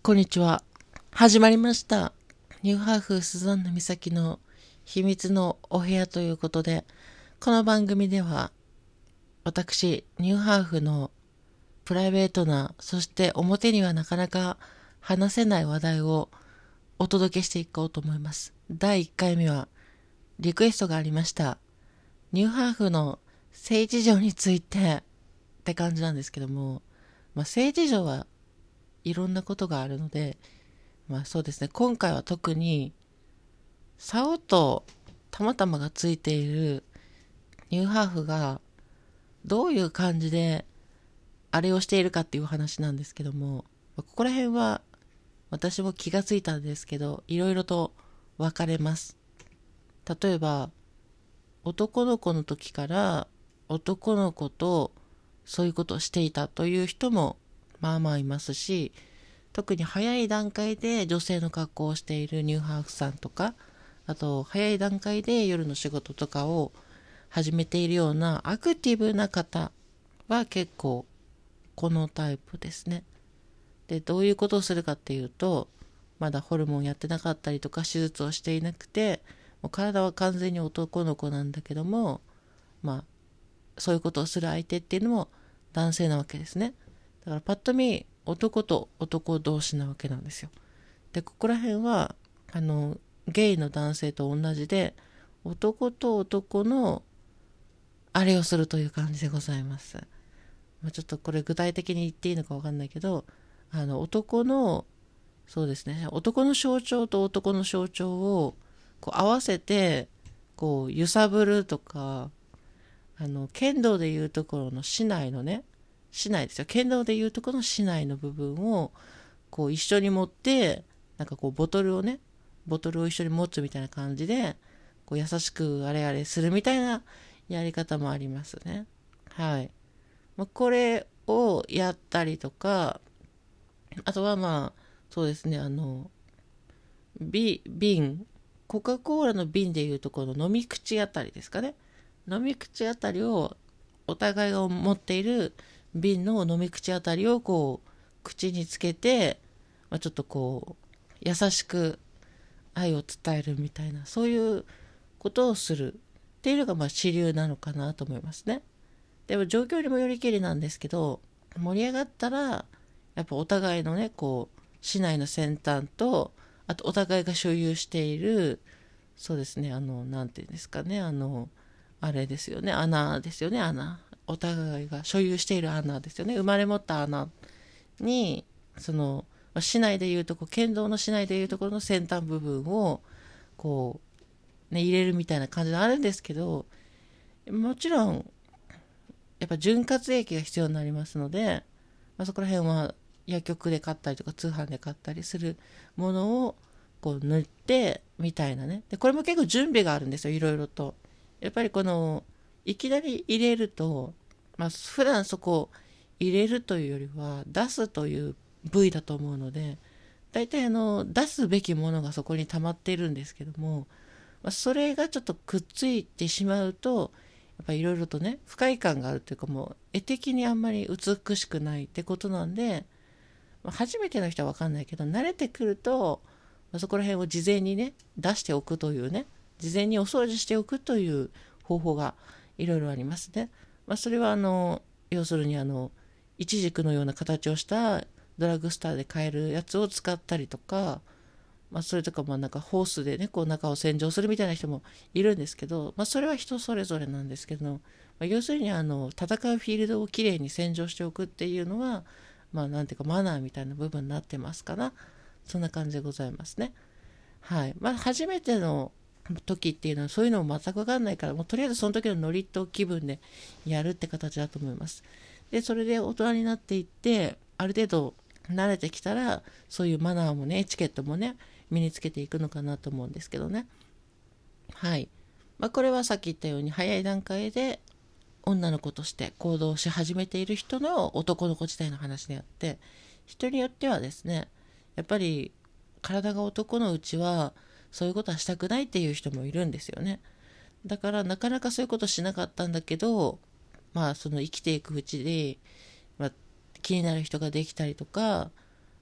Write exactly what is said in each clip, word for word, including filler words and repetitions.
こんにちは。始まりました。ニューハーフスザンヌ岬の秘密のお部屋ということで、この番組では私、ニューハーフのプライベートな、そして表にはなかなか話せない話題をお届けしていこうと思います。だいいっかいめはリクエストがありました。ニューハーフの性事情についてって感じなんですけども、まあ、性事情はいろんなことがあるので、まあそうですね、今回は特に竿とたまたまがついているニューハーフがどういう感じであれをしているかっていう話なんですけども、ここら辺は私も気がついたんですけど、いろいろと分かれます。例えば男の子の時から男の子とそういうことをしていたという人もまあまあいますし、特に早い段階で女性の格好をしているニューハーフさんとか、あと早い段階で夜の仕事とかを始めているようなアクティブな方は結構このタイプですね。で、どういうことをするかっていうと、まだホルモンやってなかったりとか手術をしていなくて、もう体は完全に男の子なんだけども、まあそういうことをする相手っていうのも男性なわけですね。だからパッと見男と男同士なわけなんですよ。で、ここら辺はあのゲイの男性と同じで、男と男のあれをするという感じでございます。まあ、ちょっとこれ具体的に言っていいのか分かんないけど、あの男のそうですね男の象徴と男の象徴をこう合わせてこう揺さぶるとか、あの剣道でいうところの竹刀のね、竹刀ですよ、剣道でいうところの竹刀の部分をこう一緒に持って、なんかこうボトルをねボトルを一緒に持つみたいな感じでこう優しくあれあれするみたいなやり方もありますね。はい、まあ、これをやったりとか、あとはまあそうですね、あのビ瓶コカ・コーラの瓶でいうところの飲み口あたりですかね、飲み口あたりをお互いが持っている瓶の飲み口あたりをこう口につけて、まあ、ちょっとこう優しく愛を伝えるみたいな、そういうことをするっていうのがまあ主流なのかなと思いますね。でも状況にもよりけりなんですけど、盛り上がったらやっぱお互いのねこう市内の先端と、あとお互いが所有している、そうですね、あのなんていうんですかね、あのあれですよね、穴ですよね、穴、お互いが所有している穴ですよね、生まれ持った穴に、その市内でいうとこ剣道の市内でいうところの先端部分をこう、ね、入れるみたいな感じがあるんですけど、もちろんやっぱ潤滑液が必要になりますので、まあ、そこら辺は薬局で買ったりとか通販で買ったりするものをこう塗ってみたいなね。でこれも結構準備があるんですよ、いろいろと。やっぱりこのいきなり入れると、まあ、普段そこ入れるというよりは出すという部位だと思うので、大体あの出すべきものがそこに溜まっているんですけども、まあ、それがちょっとくっついてしまうとやっぱいろいろとね不快感があるというか、もう絵的にあんまり美しくないってことなんで、まあ、初めての人は分かんないけど慣れてくると、まあ、そこら辺を事前にね出しておくというね、事前にお掃除しておくという方法がいろいろありますね。まあ、それはあの要するにあのイチジクのような形をしたドラッグストアで買えるやつを使ったりとか、まあ、それとかまあなんかホースでねこう中を洗浄するみたいな人もいるんですけど、まあ、それは人それぞれなんですけど、まあ、要するにあの戦うフィールドをきれいに洗浄しておくっていうのは、まあなんていうかマナーみたいな部分になってますから、そんな感じでございますね。はい。まあ初めての時っていうのはそういうのも全く分かんないから、もうとりあえずその時のノリと気分でやるって形だと思います。でそれで大人になっていって、ある程度慣れてきたらそういうマナーもねエチケットもね身につけていくのかなと思うんですけどね。はい。まあ、これはさっき言ったように早い段階で女の子として行動し始めている人の男の子時代の話であって、人によってはですね、やっぱり体が男のうちはそういうことはしたくないっていう人もいるんですよね。だからなかなかそういうことしなかったんだけど、まあその生きていくうちで、まあ、気になる人ができたりとか、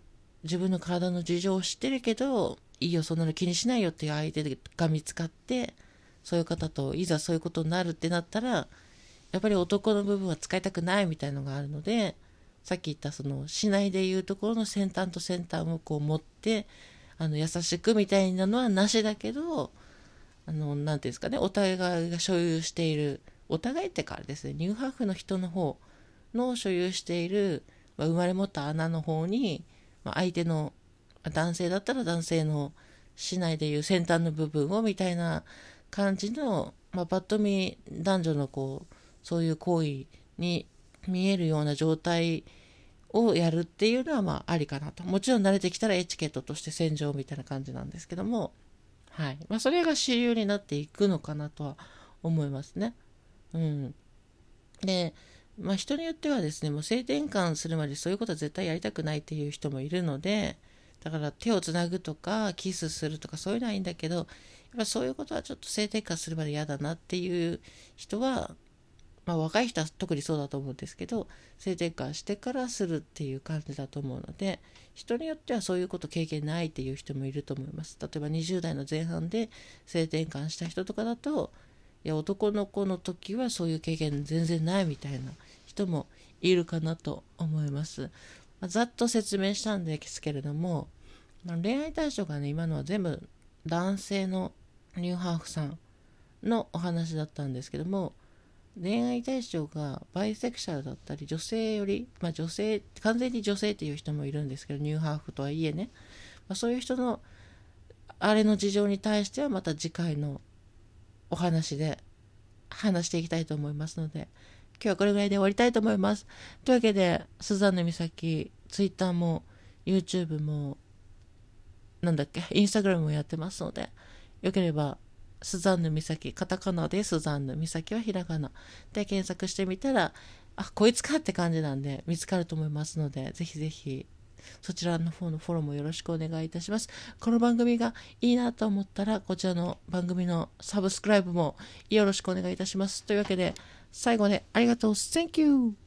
自分の体の事情を知ってるけど、いいよ、そんなの気にしないよっていう相手が見つかって、そういう方といざそういうことになるってなったら、やっぱり男の部分は使いたくないみたいなのがあるので、さっき言ったその市内でいうところの先端と先端をこう持って、あの優しくみたいなのはなしだけど、あのなんていうんですかね、お互いが所有している、お互いってかあれですね、ニューハーフの人の方の所有している、まあ、生まれ持った穴の方に、まあ、相手の男性だったら男性の市内でいう先端の部分をみたいな感じの、まあ、パッと見男女のこうそういう行為に見えるような状態をやるっていうのはまあありかなと。もちろん慣れてきたらエチケットとして洗浄みたいな感じなんですけども、はい。まあそれが主流になっていくのかなとは思いますね。うん。で、まあ人によってはですね、もう性転換するまでそういうことは絶対やりたくないっていう人もいるので、だから手をつなぐとかキスするとかそういうのはいいんだけど、やっぱそういうことはちょっと性転換するまで嫌だなっていう人は、まあ、若い人は特にそうだと思うんですけど、性転換してからするっていう感じだと思うので、人によってはそういうこと経験ないっていう人もいると思います。例えばにじゅう代の前半で性転換した人とかだと、いや男の子の時はそういう経験全然ないみたいな人もいるかなと思います。まあ、ざっと説明したんですけれども、恋愛対象がね、今のは全部男性のニューハーフさんのお話だったんですけども、恋愛対象がバイセクシャルだったり女性より、まあ、女性完全に女性っていう人もいるんですけど、ニューハーフとはいえね、まあ、そういう人のあれの事情に対してはまた次回のお話で話していきたいと思いますので、今日はこれぐらいで終わりたいと思います。というわけで、スザンヌ美咲、ツイッターも YouTube もなんだっけ、インスタグラムもやってますので、よければスザンヌ美咲、カタカナでスザンヌ美咲はひらがなで検索してみたら、あ、こいつかって感じなんで見つかると思いますので、ぜひぜひそちらの方のフォローもよろしくお願いいたします。この番組がいいなと思ったら、こちらの番組のサブスクライブもよろしくお願いいたします。というわけで、最後までありがとう。Thank you!